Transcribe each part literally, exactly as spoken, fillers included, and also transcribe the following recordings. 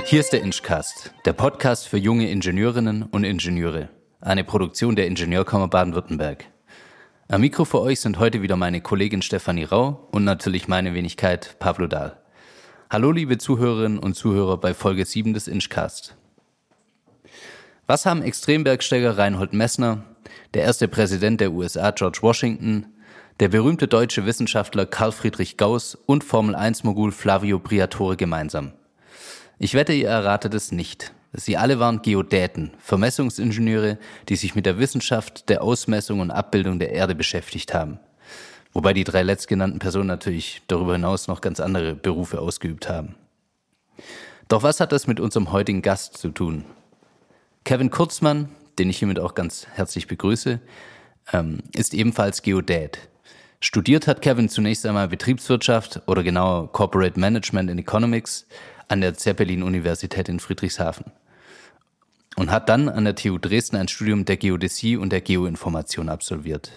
Hier ist der Inchcast, der Podcast für junge Ingenieurinnen und Ingenieure. Eine Produktion der Ingenieurkammer Baden-Württemberg. Am Mikro für euch sind heute wieder meine Kollegin Stefanie Rau und natürlich meine Wenigkeit Pablo Dahl. Hallo liebe Zuhörerinnen und Zuhörer bei Folge sieben des Inchcast. Was haben Extrembergsteiger Reinhold Messner, der erste Präsident der U S A George Washington, der berühmte deutsche Wissenschaftler Carl Friedrich Gauss und Formel eins Mogul Flavio Briatore gemeinsam? Ich wette, ihr erratet es nicht. Sie alle waren Geodäten, Vermessungsingenieure, die sich mit der Wissenschaft der Ausmessung und Abbildung der Erde beschäftigt haben. Wobei die drei letztgenannten Personen natürlich darüber hinaus noch ganz andere Berufe ausgeübt haben. Doch was hat das mit unserem heutigen Gast zu tun? Kevin Kurzmann, den ich hiermit auch ganz herzlich begrüße, ähm, ist ebenfalls Geodät. Studiert hat Kevin zunächst einmal Betriebswirtschaft oder genauer Corporate Management and Economics an der Zeppelin-Universität in Friedrichshafen und hat dann an der T U Dresden ein Studium der Geodäsie und der Geoinformation absolviert.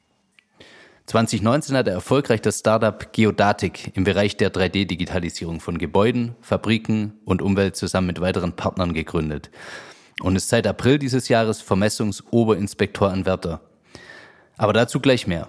zwanzig neunzehn hat er erfolgreich das Startup Geodatik im Bereich der drei D Digitalisierung von Gebäuden, Fabriken und Umwelt zusammen mit weiteren Partnern gegründet und ist seit April dieses Jahres Vermessungsoberinspektoranwärter. Aber dazu gleich mehr.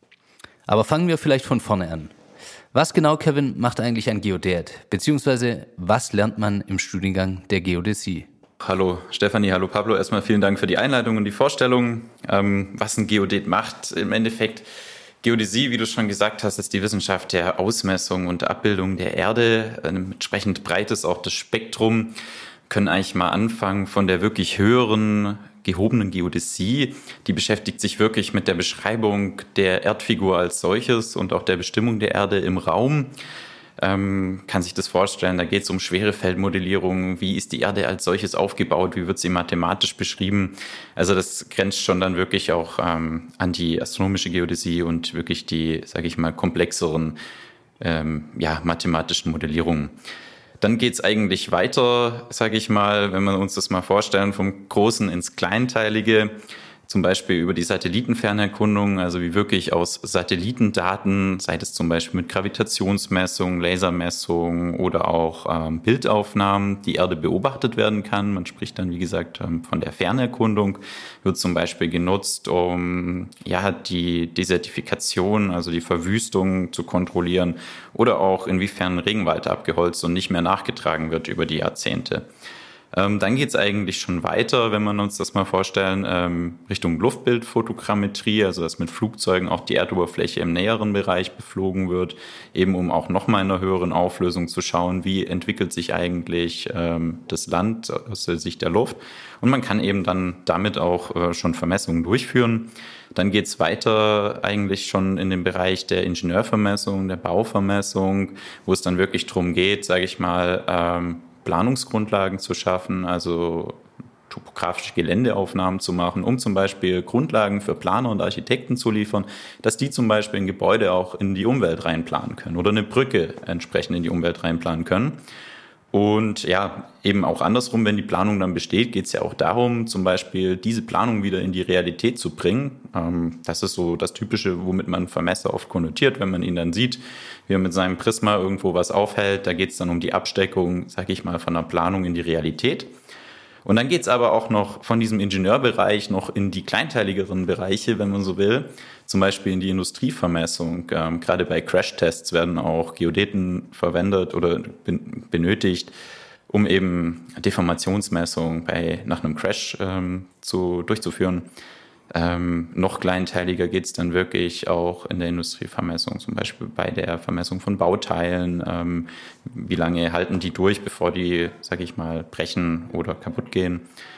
Aber fangen wir vielleicht von vorne an. Was genau, Kevin, macht eigentlich ein Geodät? Beziehungsweise, was lernt man im Studiengang der Geodäsie? Hallo Stefanie, hallo Pablo. Erstmal vielen Dank für die Einleitung und die Vorstellung. Ähm, was ein Geodät macht, im Endeffekt, Geodäsie, wie du schon gesagt hast, ist die Wissenschaft der Ausmessung und Abbildung der Erde. Ein entsprechend breites auch das Spektrum. Wir können eigentlich mal anfangen von der wirklich höheren gehobenen Geodäsie, die beschäftigt sich wirklich mit der Beschreibung der Erdfigur als solches und auch der Bestimmung der Erde im Raum. Ähm, kann sich das vorstellen, da geht es um Schwerefeldmodellierung, wie ist die Erde als solches aufgebaut, wie wird sie mathematisch beschrieben. Also das grenzt schon dann wirklich auch ähm, an die astronomische Geodäsie und wirklich die, sage ich mal, komplexeren ähm, ja, mathematischen Modellierungen. Dann geht's eigentlich weiter, sage ich mal, wenn wir uns das mal vorstellen, vom Großen ins Kleinteilige, zum Beispiel über die Satellitenfernerkundung, also wie wirklich aus Satellitendaten, sei es zum Beispiel mit Gravitationsmessung, Lasermessung oder auch ähm, Bildaufnahmen, die Erde beobachtet werden kann. Man spricht dann, wie gesagt, ähm, von der Fernerkundung, wird zum Beispiel genutzt, um ja die Desertifikation, also die Verwüstung zu kontrollieren oder auch inwiefern Regenwald abgeholzt und nicht mehr nachgetragen wird über die Jahrzehnte. Ähm, dann geht es eigentlich schon weiter, wenn wir uns das mal vorstellen, ähm, Richtung Luftbildfotogrammetrie, also dass mit Flugzeugen auch die Erdoberfläche im näheren Bereich beflogen wird, eben um auch nochmal in einer höheren Auflösung zu schauen, wie entwickelt sich eigentlich ähm, das Land aus der Sicht der Luft. Und man kann eben dann damit auch äh, schon Vermessungen durchführen. Dann geht es weiter eigentlich schon in den Bereich der Ingenieurvermessung, der Bauvermessung, wo es dann wirklich darum geht, sage ich mal, ähm, Planungsgrundlagen zu schaffen, also topografische Geländeaufnahmen zu machen, um zum Beispiel Grundlagen für Planer und Architekten zu liefern, dass die zum Beispiel ein Gebäude auch in die Umwelt reinplanen können oder eine Brücke entsprechend in die Umwelt reinplanen können. Und ja, eben auch andersrum, wenn die Planung dann besteht, geht es ja auch darum, zum Beispiel diese Planung wieder in die Realität zu bringen. Ähm, das ist so das Typische, womit man Vermesser oft konnotiert, wenn man ihn dann sieht, wie er mit seinem Prisma irgendwo was aufhält. Da geht es dann um die Absteckung, sage ich mal, von der Planung in die Realität. Und dann geht es aber auch noch von diesem Ingenieurbereich noch in die kleinteiligeren Bereiche, wenn man so will, zum Beispiel in die Industrievermessung. Ähm, gerade bei Crashtests werden auch Geodäten verwendet oder ben- benötigt, um eben Deformationsmessungen bei, nach einem Crash ähm, zu, durchzuführen. Ähm, noch kleinteiliger geht es dann wirklich auch in der Industrievermessung, zum Beispiel bei der Vermessung von Bauteilen. Ähm, wie lange halten die durch, bevor die, sage ich mal, brechen oder kaputt gehen?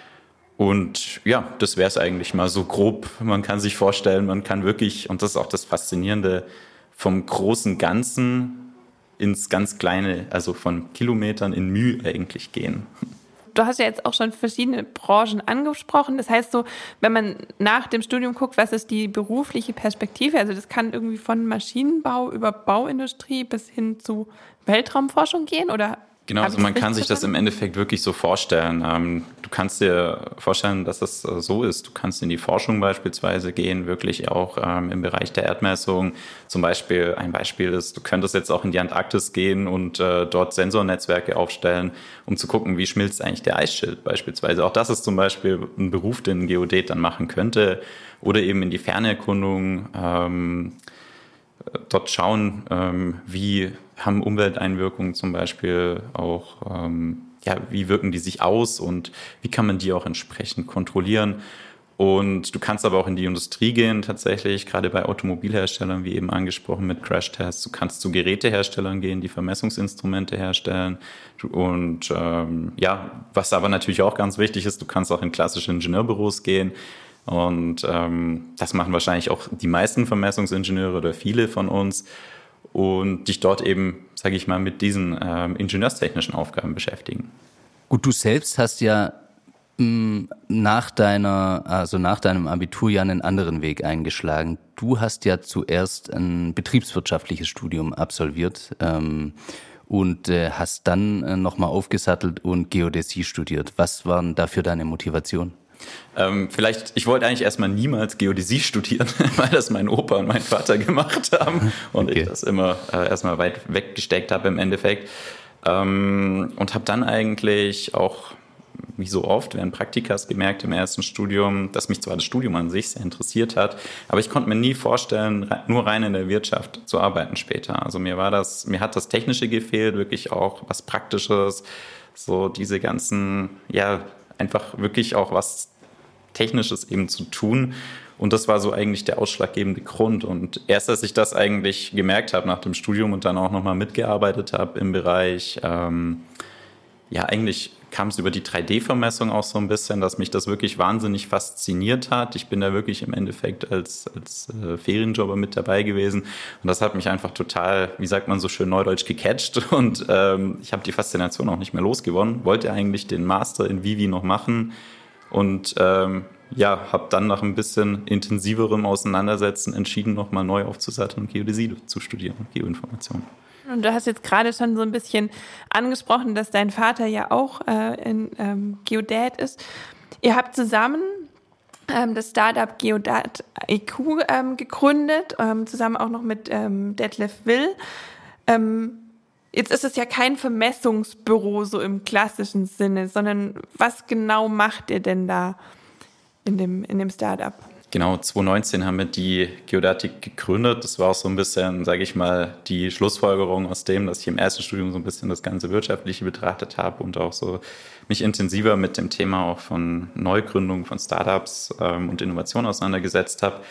Und ja, das wäre es eigentlich mal so grob. Man kann sich vorstellen, man kann wirklich, und das ist auch das Faszinierende, vom großen Ganzen ins ganz Kleine, also von Kilometern in Mühe eigentlich gehen. Du hast ja jetzt auch schon verschiedene Branchen angesprochen. Das heißt so, wenn man nach dem Studium guckt, was ist die berufliche Perspektive? Also das kann irgendwie von Maschinenbau über Bauindustrie bis hin zu Weltraumforschung gehen? Oder Genau, also man kann sich das im Endeffekt wirklich so vorstellen. Ähm, du kannst dir vorstellen, dass es äh, so ist. Du kannst in die Forschung beispielsweise gehen, wirklich auch ähm, im Bereich der Erdmessung. Zum Beispiel, ein Beispiel ist, du könntest jetzt auch in die Antarktis gehen und äh, dort Sensornetzwerke aufstellen, um zu gucken, wie schmilzt eigentlich der Eisschild beispielsweise. Auch das ist zum Beispiel ein Beruf, den ein Geodät dann machen könnte. Oder eben in die Fernerkundung, ähm, dort schauen, ähm, wie haben Umwelteinwirkungen zum Beispiel auch, ähm, ja, wie wirken die sich aus und wie kann man die auch entsprechend kontrollieren. Und du kannst aber auch in die Industrie gehen tatsächlich, gerade bei Automobilherstellern, wie eben angesprochen mit Crashtests. Du kannst zu Geräteherstellern gehen, die Vermessungsinstrumente herstellen. Und ähm, ja, was aber natürlich auch ganz wichtig ist, du kannst auch in klassische Ingenieurbüros gehen. Und ähm, das machen wahrscheinlich auch die meisten Vermessungsingenieure oder viele von uns. Und dich dort eben, sage ich mal, mit diesen ähm, ingenieurstechnischen Aufgaben beschäftigen. Gut, du selbst hast ja mh, nach deiner, also nach deinem Abitur ja einen anderen Weg eingeschlagen. Du hast ja zuerst ein betriebswirtschaftliches Studium absolviert ähm, und äh, hast dann äh, nochmal aufgesattelt und Geodäsie studiert. Was war denn dafür deine Motivation? Ähm, vielleicht, ich wollte eigentlich erstmal niemals Geodäsie studieren, weil das mein Opa und mein Vater gemacht haben und okay. ich das immer äh, erstmal weit weggesteckt habe im Endeffekt. Ähm, und habe dann eigentlich auch, wie so oft, während Praktikas gemerkt im ersten Studium, dass mich zwar das Studium an sich sehr interessiert hat, aber ich konnte mir nie vorstellen, nur rein in der Wirtschaft zu arbeiten später. Also mir war das, mir hat das Technische gefehlt, wirklich auch was Praktisches, so diese ganzen, ja, einfach wirklich auch was Technisches eben zu tun. Und das war so eigentlich der ausschlaggebende Grund. Und erst als ich das eigentlich gemerkt habe nach dem Studium und dann auch nochmal mitgearbeitet habe im Bereich, ähm, ja, eigentlich kam es über die drei D-Vermessung auch so ein bisschen, dass mich das wirklich wahnsinnig fasziniert hat. Ich bin da wirklich im Endeffekt als, als äh, Ferienjobber mit dabei gewesen. Und das hat mich einfach total, wie sagt man so schön neudeutsch, gecatcht. Und ähm, ich habe die Faszination auch nicht mehr losgewonnen. Wollte eigentlich den Master in Vivi noch machen. Und ähm, ja, habe dann nach ein bisschen intensiverem Auseinandersetzen entschieden, nochmal neu aufzusatteln und Geodäsie zu studieren und Geoinformation. Und du hast jetzt gerade schon so ein bisschen angesprochen, dass dein Vater ja auch äh, in, ähm, Geodät ist. Ihr habt zusammen ähm, das Startup Geodat I Q ähm, gegründet, ähm, zusammen auch noch mit ähm, Detlef Will. Ähm, jetzt ist es ja kein Vermessungsbüro so im klassischen Sinne, sondern was genau macht ihr denn da in dem, in dem Startup? Genau, zwanzig neunzehn haben wir die Geodatik gegründet. Das war auch so ein bisschen, sage ich mal, die Schlussfolgerung aus dem, dass ich im ersten Studium so ein bisschen das ganze Wirtschaftliche betrachtet habe und auch so mich intensiver mit dem Thema auch von Neugründung von Startups ähm, und Innovation auseinandergesetzt habe.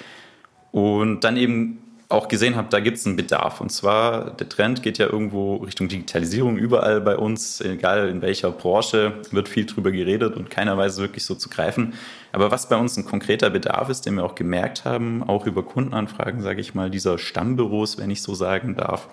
Und dann eben auch gesehen habe, da gibt es einen Bedarf. Und zwar, der Trend geht ja irgendwo Richtung Digitalisierung überall bei uns, egal in welcher Branche, wird viel drüber geredet und keiner weiß es wirklich so zu greifen. Aber was bei uns ein konkreter Bedarf ist, den wir auch gemerkt haben, auch über Kundenanfragen, sage ich mal, dieser Stammbüros, wenn ich so sagen darf,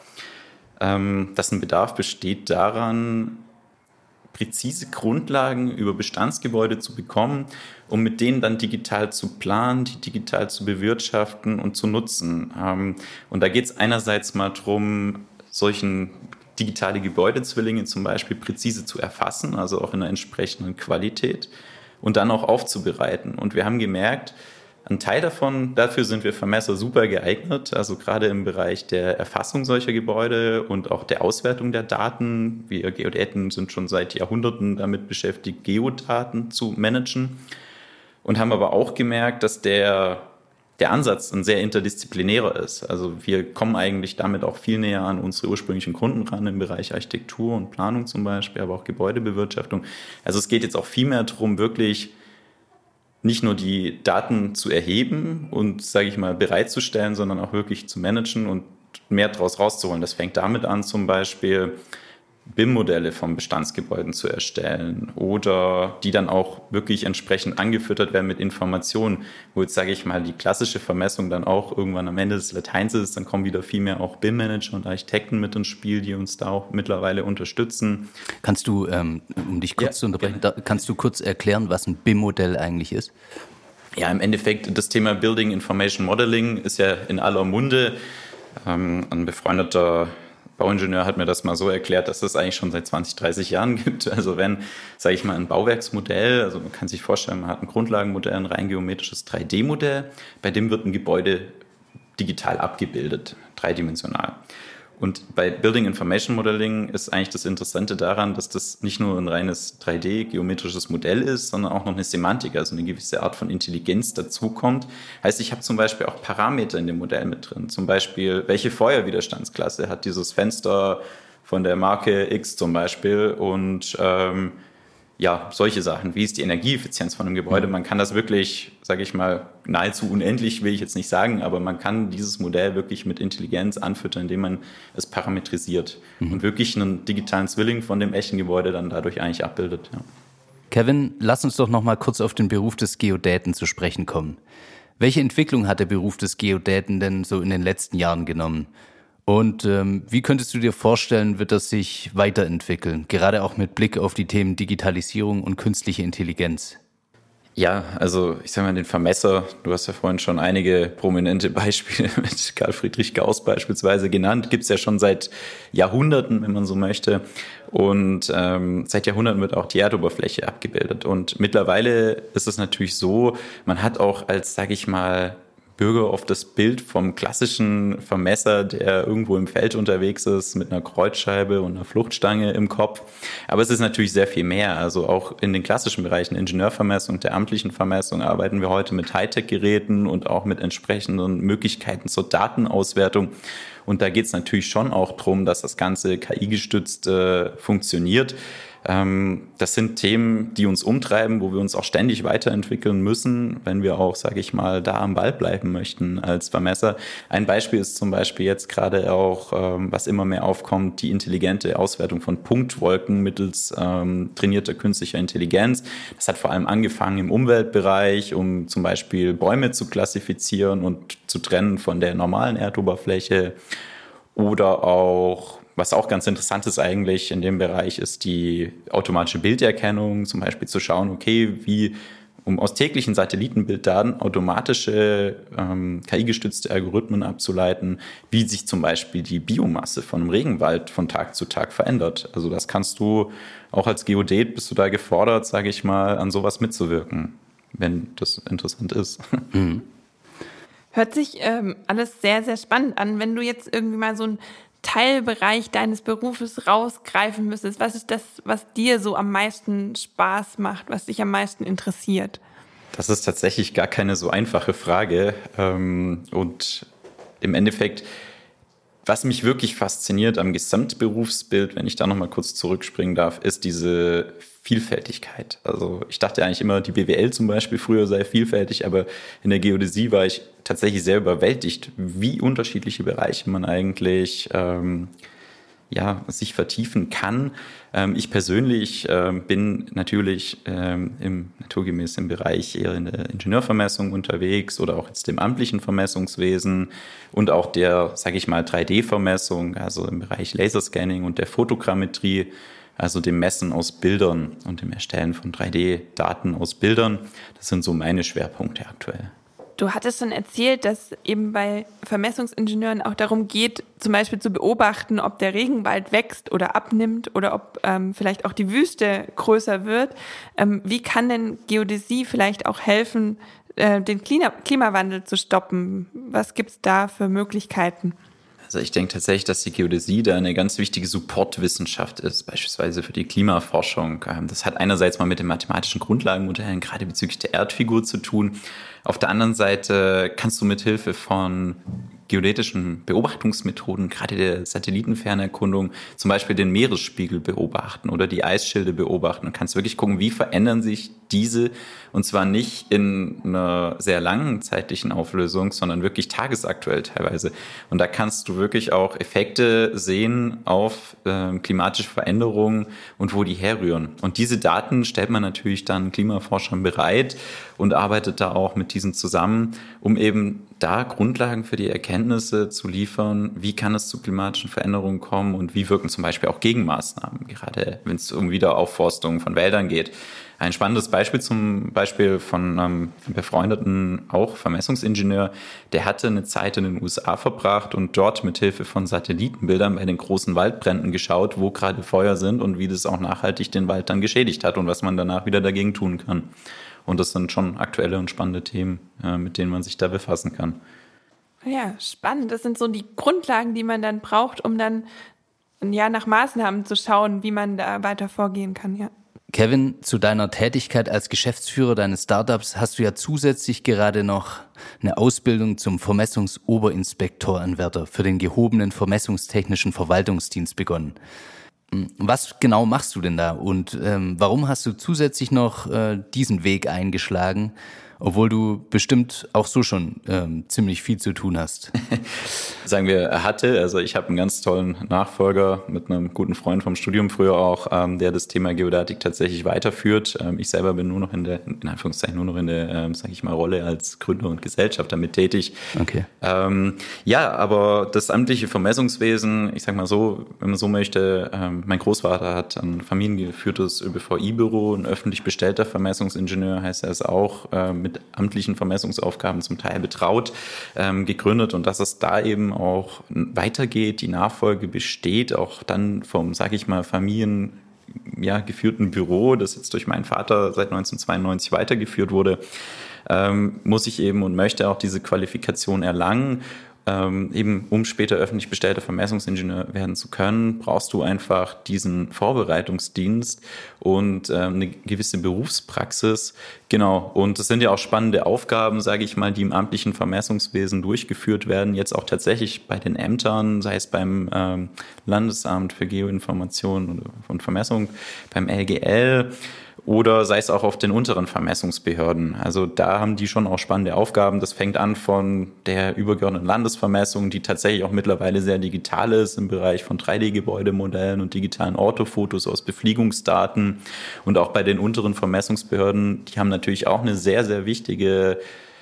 ähm, dass ein Bedarf besteht daran, präzise Grundlagen über Bestandsgebäude zu bekommen, um mit denen dann digital zu planen, die digital zu bewirtschaften und zu nutzen. Und da geht es einerseits mal darum, solchen digitale Gebäudezwillinge zum Beispiel präzise zu erfassen, also auch in einer entsprechenden Qualität und dann auch aufzubereiten. Und wir haben gemerkt, ein Teil davon, dafür sind wir Vermesser super geeignet, also gerade im Bereich der Erfassung solcher Gebäude und auch der Auswertung der Daten. Wir Geodäten sind schon seit Jahrhunderten damit beschäftigt, Geodaten zu managen und haben aber auch gemerkt, dass der, der Ansatz ein sehr interdisziplinärer ist. Also wir kommen eigentlich damit auch viel näher an unsere ursprünglichen Kunden ran im Bereich Architektur und Planung zum Beispiel, aber auch Gebäudebewirtschaftung. Also es geht jetzt auch viel mehr darum, wirklich nicht nur die Daten zu erheben und, sage ich mal, bereitzustellen, sondern auch wirklich zu managen und mehr daraus rauszuholen. Das fängt damit an, zum Beispiel B I M-Modelle von Bestandsgebäuden zu erstellen oder die dann auch wirklich entsprechend angefüttert werden mit Informationen, wo jetzt, sage ich mal, die klassische Vermessung dann auch irgendwann am Ende des Lateins ist. Dann kommen wieder viel mehr auch B I M-Manager und Architekten mit ins Spiel, die uns da auch mittlerweile unterstützen. Kannst du, ähm, um dich kurz ja, zu unterbrechen, da, kannst du kurz erklären, was ein B I M-Modell eigentlich ist? Ja, im Endeffekt, das Thema Building Information Modeling ist ja in aller Munde. Ähm, ein befreundeter Bauingenieur hat mir das mal so erklärt, dass es eigentlich schon seit zwanzig, dreißig Jahren gibt. Also wenn, sage ich mal, ein Bauwerksmodell, also man kann sich vorstellen, man hat ein Grundlagenmodell, ein rein geometrisches drei D Modell, bei dem wird ein Gebäude digital abgebildet, dreidimensional. Und bei Building Information Modeling ist eigentlich das Interessante daran, dass das nicht nur ein reines drei D geometrisches Modell ist, sondern auch noch eine Semantik, also eine gewisse Art von Intelligenz dazukommt. Heißt, ich habe zum Beispiel auch Parameter in dem Modell mit drin. Zum Beispiel, welche Feuerwiderstandsklasse hat dieses Fenster von der Marke X zum Beispiel und ähm, ja, solche Sachen. Wie ist die Energieeffizienz von einem Gebäude? Man kann das wirklich, sage ich mal, nahezu unendlich, will ich jetzt nicht sagen, aber man kann dieses Modell wirklich mit Intelligenz anfüttern, indem man es parametrisiert mhm. und wirklich einen digitalen Zwilling von dem echten Gebäude dann dadurch eigentlich abbildet. Ja. Kevin, lass uns doch noch mal kurz auf den Beruf des Geodäten zu sprechen kommen. Welche Entwicklung hat der Beruf des Geodäten denn so in den letzten Jahren genommen? Und ähm, wie könntest du dir vorstellen, wird das sich weiterentwickeln, gerade auch mit Blick auf die Themen Digitalisierung und künstliche Intelligenz? Ja, also ich sage mal, den Vermesser, du hast ja vorhin schon einige prominente Beispiele mit Carl Friedrich Gauss beispielsweise genannt, gibt es ja schon seit Jahrhunderten, wenn man so möchte. Und ähm, seit Jahrhunderten wird auch die Erdoberfläche abgebildet. Und mittlerweile ist es natürlich so, man hat auch als, sage ich mal, Bürger oft das Bild vom klassischen Vermesser, der irgendwo im Feld unterwegs ist mit einer Kreuzscheibe und einer Fluchtstange im Kopf. Aber es ist natürlich sehr viel mehr. Also auch in den klassischen Bereichen Ingenieurvermessung, der amtlichen Vermessung arbeiten wir heute mit Hightech-Geräten und auch mit entsprechenden Möglichkeiten zur Datenauswertung. Und da geht es natürlich schon auch darum, dass das Ganze K I-gestützt äh, funktioniert. Ähm, das sind Themen, die uns umtreiben, wo wir uns auch ständig weiterentwickeln müssen, wenn wir auch, sage ich mal, da am Ball bleiben möchten als Vermesser. Ein Beispiel ist zum Beispiel jetzt gerade auch, ähm, was immer mehr aufkommt, die intelligente Auswertung von Punktwolken mittels ähm, trainierter künstlicher Intelligenz. Das hat vor allem angefangen im Umweltbereich, um zum Beispiel Bäume zu klassifizieren und zu trennen von der normalen Erdoberfläche. Oder auch, was auch ganz interessant ist eigentlich in dem Bereich, ist die automatische Bilderkennung, zum Beispiel zu schauen, okay, wie, um aus täglichen Satellitenbilddaten automatische ähm, K I-gestützte Algorithmen abzuleiten, wie sich zum Beispiel die Biomasse von einem Regenwald von Tag zu Tag verändert. Also das kannst du, auch als Geodät bist du da gefordert, sage ich mal, an sowas mitzuwirken, wenn das interessant ist. Mhm. Hört sich ähm, alles sehr, sehr spannend an. Wenn du jetzt irgendwie mal so einen Teilbereich deines Berufes rausgreifen müsstest, was ist das, was dir so am meisten Spaß macht, was dich am meisten interessiert? Das ist tatsächlich gar keine so einfache Frage. Und im Endeffekt, was mich wirklich fasziniert am Gesamtberufsbild, wenn ich da nochmal kurz zurückspringen darf, ist diese Vielfältigkeit. Also ich dachte eigentlich immer, die B W L zum Beispiel früher sei vielfältig, aber in der Geodäsie war ich tatsächlich sehr überwältigt, wie unterschiedliche Bereiche man eigentlich ähm, ja, sich vertiefen kann. Ähm, ich persönlich ähm, bin natürlich ähm, im, naturgemäß im Bereich eher in der Ingenieurvermessung unterwegs oder auch jetzt dem amtlichen Vermessungswesen und auch der, sage ich mal, drei D-Vermessung, also im Bereich Laserscanning und der Fotogrammetrie, also dem Messen aus Bildern und dem Erstellen von drei D-Daten aus Bildern. Das sind so meine Schwerpunkte aktuell. Du hattest schon erzählt, dass eben bei Vermessungsingenieuren auch darum geht, zum Beispiel zu beobachten, ob der Regenwald wächst oder abnimmt oder ob ähm, vielleicht auch die Wüste größer wird. Ähm, wie kann denn Geodäsie vielleicht auch helfen, äh, den Klima- Klimawandel zu stoppen? Was gibt es da für Möglichkeiten? Also ich denke tatsächlich, dass die Geodäsie da eine ganz wichtige Supportwissenschaft ist, beispielsweise für die Klimaforschung. Das hat einerseits mal mit den mathematischen Grundlagenmodellen gerade bezüglich der Erdfigur zu tun. Auf der anderen Seite kannst du mit Hilfe von geodätischen Beobachtungsmethoden, gerade der Satellitenfernerkundung, zum Beispiel den Meeresspiegel beobachten oder die Eisschilde beobachten und kannst wirklich gucken, wie verändern sich diese, und zwar nicht in einer sehr langen zeitlichen Auflösung, sondern wirklich tagesaktuell teilweise. Und da kannst du wirklich auch Effekte sehen auf äh, klimatische Veränderungen und wo die herrühren. Und diese Daten stellt man natürlich dann Klimaforschern bereit und arbeitet da auch mit diesen zusammen, um eben da Grundlagen für die Erkenntnisse zu liefern, wie kann es zu klimatischen Veränderungen kommen und wie wirken zum Beispiel auch Gegenmaßnahmen, gerade wenn es um Wiederaufforstung von Wäldern geht. Ein spannendes Beispiel zum Beispiel von einem befreundeten, auch Vermessungsingenieur, der hatte eine Zeit in den U S A verbracht und dort mit Hilfe von Satellitenbildern bei den großen Waldbränden geschaut, wo gerade Feuer sind und wie das auch nachhaltig den Wald dann geschädigt hat und was man danach wieder dagegen tun kann. Und das sind schon aktuelle und spannende Themen, mit denen man sich da befassen kann. Ja, spannend. Das sind so die Grundlagen, die man dann braucht, um dann ja, nach Maßnahmen zu schauen, wie man da weiter vorgehen kann, ja. Kevin, zu deiner Tätigkeit als Geschäftsführer deines Startups hast du ja zusätzlich gerade noch eine Ausbildung zum Vermessungsoberinspektoranwärter für den gehobenen vermessungstechnischen Verwaltungsdienst begonnen. Was genau machst du denn da und ähm, warum hast du zusätzlich noch äh, diesen Weg eingeschlagen, obwohl du bestimmt auch so schon ähm, ziemlich viel zu tun hast? Sagen wir, er hatte, also ich habe einen ganz tollen Nachfolger mit einem guten Freund vom Studium früher auch, ähm, der das Thema Geodatik tatsächlich weiterführt. Ähm, ich selber bin nur noch in der, in Anführungszeichen nur noch in der, ähm, sage ich mal, Rolle als Gründer und Gesellschafter mit tätig. Okay. Ähm, ja, aber das amtliche Vermessungswesen, ich sag mal so, wenn man so möchte, ähm, mein Großvater hat ein familiengeführtes ÖBVI-Büro, ein öffentlich bestellter Vermessungsingenieur, heißt er es auch, äh, mit amtlichen Vermessungsaufgaben zum Teil betraut, ähm, gegründet und dass es da eben auch weitergeht, die Nachfolge besteht, auch dann vom, sage ich mal, Familien ja, geführten Büro, das jetzt durch meinen Vater seit neunzehnhundertzweiundneunzig weitergeführt wurde, ähm, muss ich eben und möchte auch diese Qualifikation erlangen. Ähm, eben um später öffentlich bestellter Vermessungsingenieur werden zu können, brauchst du einfach diesen Vorbereitungsdienst und ähm, eine gewisse Berufspraxis. Genau, und das sind ja auch spannende Aufgaben, sage ich mal, die im amtlichen Vermessungswesen durchgeführt werden, jetzt auch tatsächlich bei den Ämtern, sei es beim ähm, Landesamt für Geoinformation und Vermessung, beim L G L, oder sei es auch auf den unteren Vermessungsbehörden. Also da haben die schon auch spannende Aufgaben. Das fängt an von der übergeordneten Landesvermessung, die tatsächlich auch mittlerweile sehr digital ist im Bereich von drei D-Gebäudemodellen und digitalen Orthofotos aus Befliegungsdaten. Und auch bei den unteren Vermessungsbehörden, die haben natürlich auch eine sehr, sehr wichtige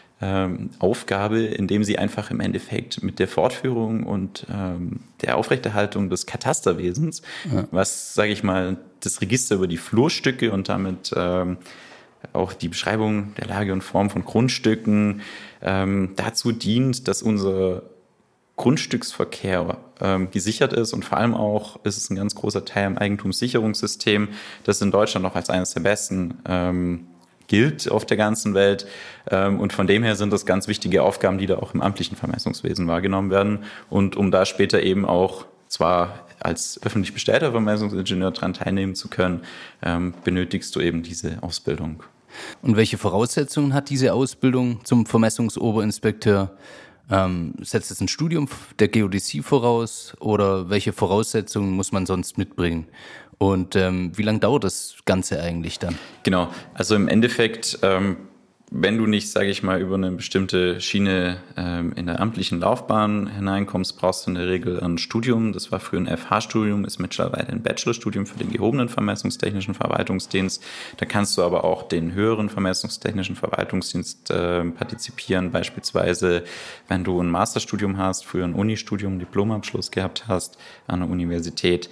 ähm, Aufgabe, indem sie einfach im Endeffekt mit der Fortführung und ähm, der Aufrechterhaltung des Katasterwesens, ja. was, sage ich mal, das Register über die Flurstücke und damit ähm, auch die Beschreibung der Lage und Form von Grundstücken ähm, dazu dient, dass unser Grundstücksverkehr ähm, gesichert ist und vor allem auch ist es ein ganz großer Teil im Eigentumssicherungssystem, das in Deutschland noch als eines der besten ähm, gilt auf der ganzen Welt. Und von dem her sind das ganz wichtige Aufgaben, die da auch im amtlichen Vermessungswesen wahrgenommen werden. Und um da später eben auch zwar als öffentlich bestellter Vermessungsingenieur daran teilnehmen zu können, benötigst du eben diese Ausbildung. Und welche Voraussetzungen hat diese Ausbildung zum Vermessungsoberinspekteur? Ähm, setzt es ein Studium der Geodäsie voraus oder welche Voraussetzungen muss man sonst mitbringen? Und ähm, wie lange dauert das Ganze eigentlich dann? Genau, also im Endeffekt, ähm, wenn du nicht, sage ich mal, über eine bestimmte Schiene ähm, in der amtlichen Laufbahn hineinkommst, brauchst du in der Regel ein Studium. Das war früher ein F H-Studium, ist mittlerweile ein Bachelorstudium für den gehobenen vermessungstechnischen Verwaltungsdienst. Da kannst du aber auch den höheren vermessungstechnischen Verwaltungsdienst äh, partizipieren, beispielsweise wenn du ein Masterstudium hast, früher ein Unistudium, Diplomabschluss gehabt hast an der Universität.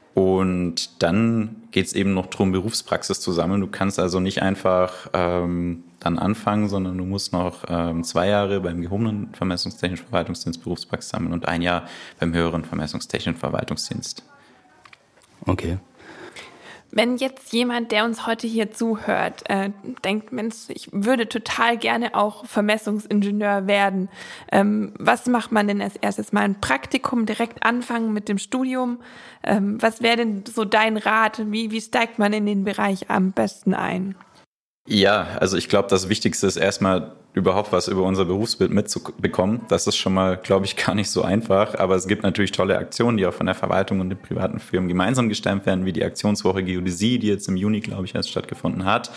Und dann geht es eben noch darum, Berufspraxis zu sammeln. Du kannst also nicht einfach ähm, dann anfangen, sondern du musst noch ähm, zwei Jahre beim gehobenen vermessungstechnischen Verwaltungsdienst Berufspraxis sammeln und ein Jahr beim höheren vermessungstechnischen Verwaltungsdienst. Okay. Wenn jetzt jemand, der uns heute hier zuhört, äh, denkt, Mensch, ich würde total gerne auch Vermessungsingenieur werden. Ähm, was macht man denn als erstes? Mal ein Praktikum, direkt anfangen mit dem Studium? Ähm, was wäre denn so dein Rat? Wie, wie steigt man in den Bereich am besten ein? Ja, also ich glaube, das Wichtigste ist erstmal überhaupt was über unser Berufsbild mitzubekommen. Das ist schon mal, glaube ich, gar nicht so einfach. Aber es gibt natürlich tolle Aktionen, die auch von der Verwaltung und den privaten Firmen gemeinsam gestemmt werden, wie die Aktionswoche Geodäsie, die jetzt im Juni, glaube ich, erst stattgefunden hat.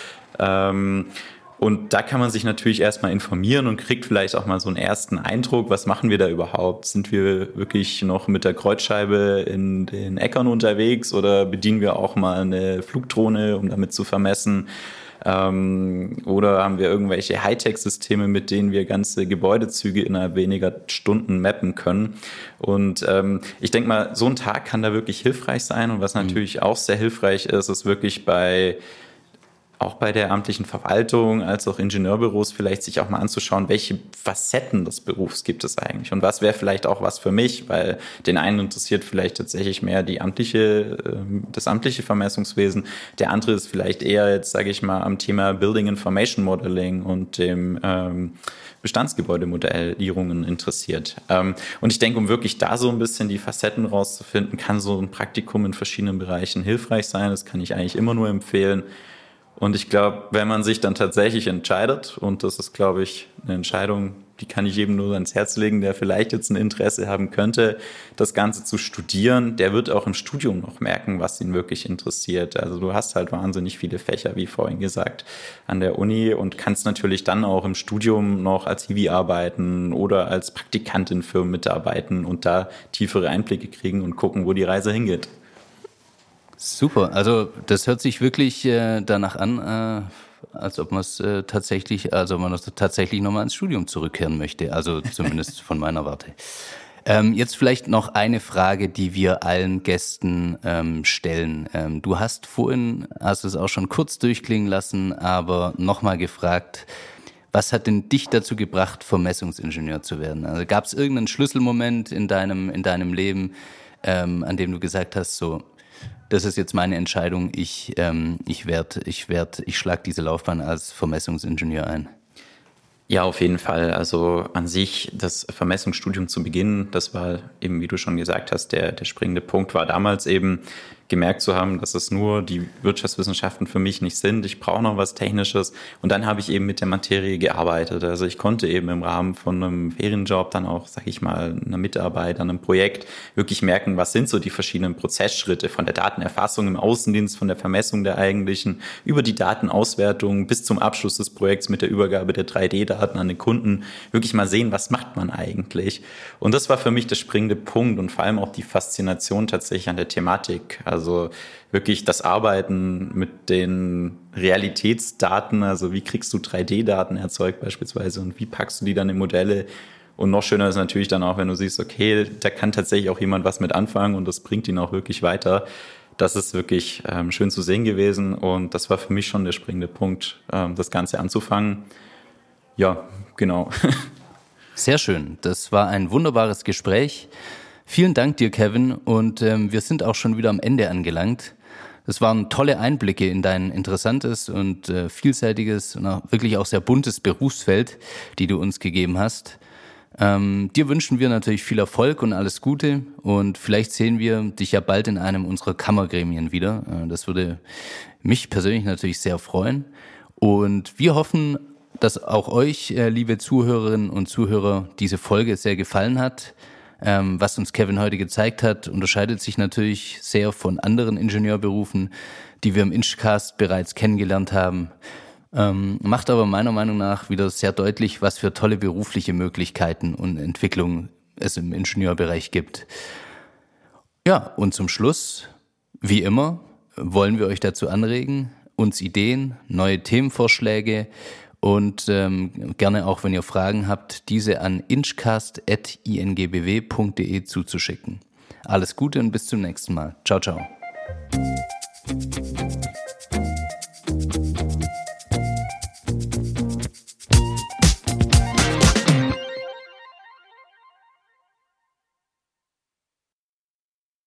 Ähm, und da kann man sich natürlich erstmal informieren und kriegt vielleicht auch mal so einen ersten Eindruck, was machen wir da überhaupt? Sind wir wirklich noch mit der Kreuzscheibe in den Äckern unterwegs oder bedienen wir auch mal eine Flugdrohne, um damit zu vermessen? Ähm, oder haben wir irgendwelche Hightech-Systeme, mit denen wir ganze Gebäudezüge innerhalb weniger Stunden mappen können. Und ähm, ich denke mal, so ein Tag kann da wirklich hilfreich sein. Und was natürlich mhm. auch sehr hilfreich ist, ist wirklich bei auch bei der amtlichen Verwaltung als auch Ingenieurbüros vielleicht sich auch mal anzuschauen, welche Facetten des Berufs gibt es eigentlich und was wäre vielleicht auch was für mich, weil den einen interessiert vielleicht tatsächlich mehr die amtliche, das amtliche Vermessungswesen, der andere ist vielleicht eher jetzt, sage ich mal, am Thema Building Information Modeling und dem ähm, Bestandsgebäudemodellierungen interessiert. Ähm, und ich denke, um wirklich da so ein bisschen die Facetten rauszufinden, kann so ein Praktikum in verschiedenen Bereichen hilfreich sein. Das kann ich eigentlich immer nur empfehlen. Und ich glaube, wenn man sich dann tatsächlich entscheidet, und das ist, glaube ich, eine Entscheidung, die kann ich jedem nur ans Herz legen, der vielleicht jetzt ein Interesse haben könnte, das Ganze zu studieren, der wird auch im Studium noch merken, was ihn wirklich interessiert. Also du hast halt wahnsinnig viele Fächer, wie vorhin gesagt, an der Uni und kannst natürlich dann auch im Studium noch als Hiwi arbeiten oder als Praktikant in Firmen mitarbeiten und da tiefere Einblicke kriegen und gucken, wo die Reise hingeht. Super, also das hört sich wirklich äh, danach an, äh, als ob man es äh, tatsächlich, also man das tatsächlich nochmal ins Studium zurückkehren möchte, also zumindest von meiner Warte. Ähm, jetzt vielleicht noch eine Frage, die wir allen Gästen ähm, stellen. Ähm, du hast vorhin, hast es auch schon kurz durchklingen lassen, aber nochmal gefragt, was hat denn dich dazu gebracht, Vermessungsingenieur zu werden? Also gab es irgendeinen Schlüsselmoment in deinem, in deinem Leben, ähm, an dem du gesagt hast, so, das ist jetzt meine Entscheidung, ich, ähm, ich werde, ich werde, ich schlage diese Laufbahn als Vermessungsingenieur ein? Ja, auf jeden Fall. Also an sich, das Vermessungsstudium zu Beginn, das war eben, wie du schon gesagt hast, der, der springende Punkt war damals eben, gemerkt zu haben, dass es nur die Wirtschaftswissenschaften für mich nicht sind. Ich brauche noch was Technisches. Und dann habe ich eben mit der Materie gearbeitet. Also ich konnte eben im Rahmen von einem Ferienjob dann auch, sage ich mal, einer Mitarbeit an einem Projekt wirklich merken, was sind so die verschiedenen Prozessschritte von der Datenerfassung im Außendienst, von der Vermessung der eigentlichen, über die Datenauswertung bis zum Abschluss des Projekts mit der Übergabe der drei D Daten an den Kunden. Wirklich mal sehen, was macht man eigentlich? Und das war für mich der springende Punkt und vor allem auch die Faszination tatsächlich an der Thematik. Also wirklich das Arbeiten mit den Realitätsdaten, also wie kriegst du drei D Daten erzeugt beispielsweise und wie packst du die dann in Modelle? Und noch schöner ist natürlich dann auch, wenn du siehst, okay, da kann tatsächlich auch jemand was mit anfangen und das bringt ihn auch wirklich weiter. Das ist wirklich ähm, schön zu sehen gewesen und das war für mich schon der springende Punkt, ähm, das Ganze anzufangen. Ja, genau. Sehr schön. Das war ein wunderbares Gespräch. Vielen Dank dir, Kevin, und ähm, wir sind auch schon wieder am Ende angelangt. Das waren tolle Einblicke in dein interessantes und äh, vielseitiges und auch wirklich auch sehr buntes Berufsfeld, die du uns gegeben hast. Ähm, dir wünschen wir natürlich viel Erfolg und alles Gute und vielleicht sehen wir dich ja bald in einem unserer Kammergremien wieder. Äh, das würde mich persönlich natürlich sehr freuen und wir hoffen, dass auch euch, äh, liebe Zuhörerinnen und Zuhörer, diese Folge sehr gefallen hat. Ähm, was uns Kevin heute gezeigt hat, unterscheidet sich natürlich sehr von anderen Ingenieurberufen, die wir im Inchcast bereits kennengelernt haben. Ähm, macht aber meiner Meinung nach wieder sehr deutlich, was für tolle berufliche Möglichkeiten und Entwicklungen es im Ingenieurbereich gibt. Ja, und zum Schluss, wie immer, wollen wir euch dazu anregen, uns Ideen, neue Themenvorschläge und ähm, gerne auch, wenn ihr Fragen habt, diese an inchcast at i n g b w punkt d e zuzuschicken. Alles Gute und bis zum nächsten Mal. Ciao, ciao.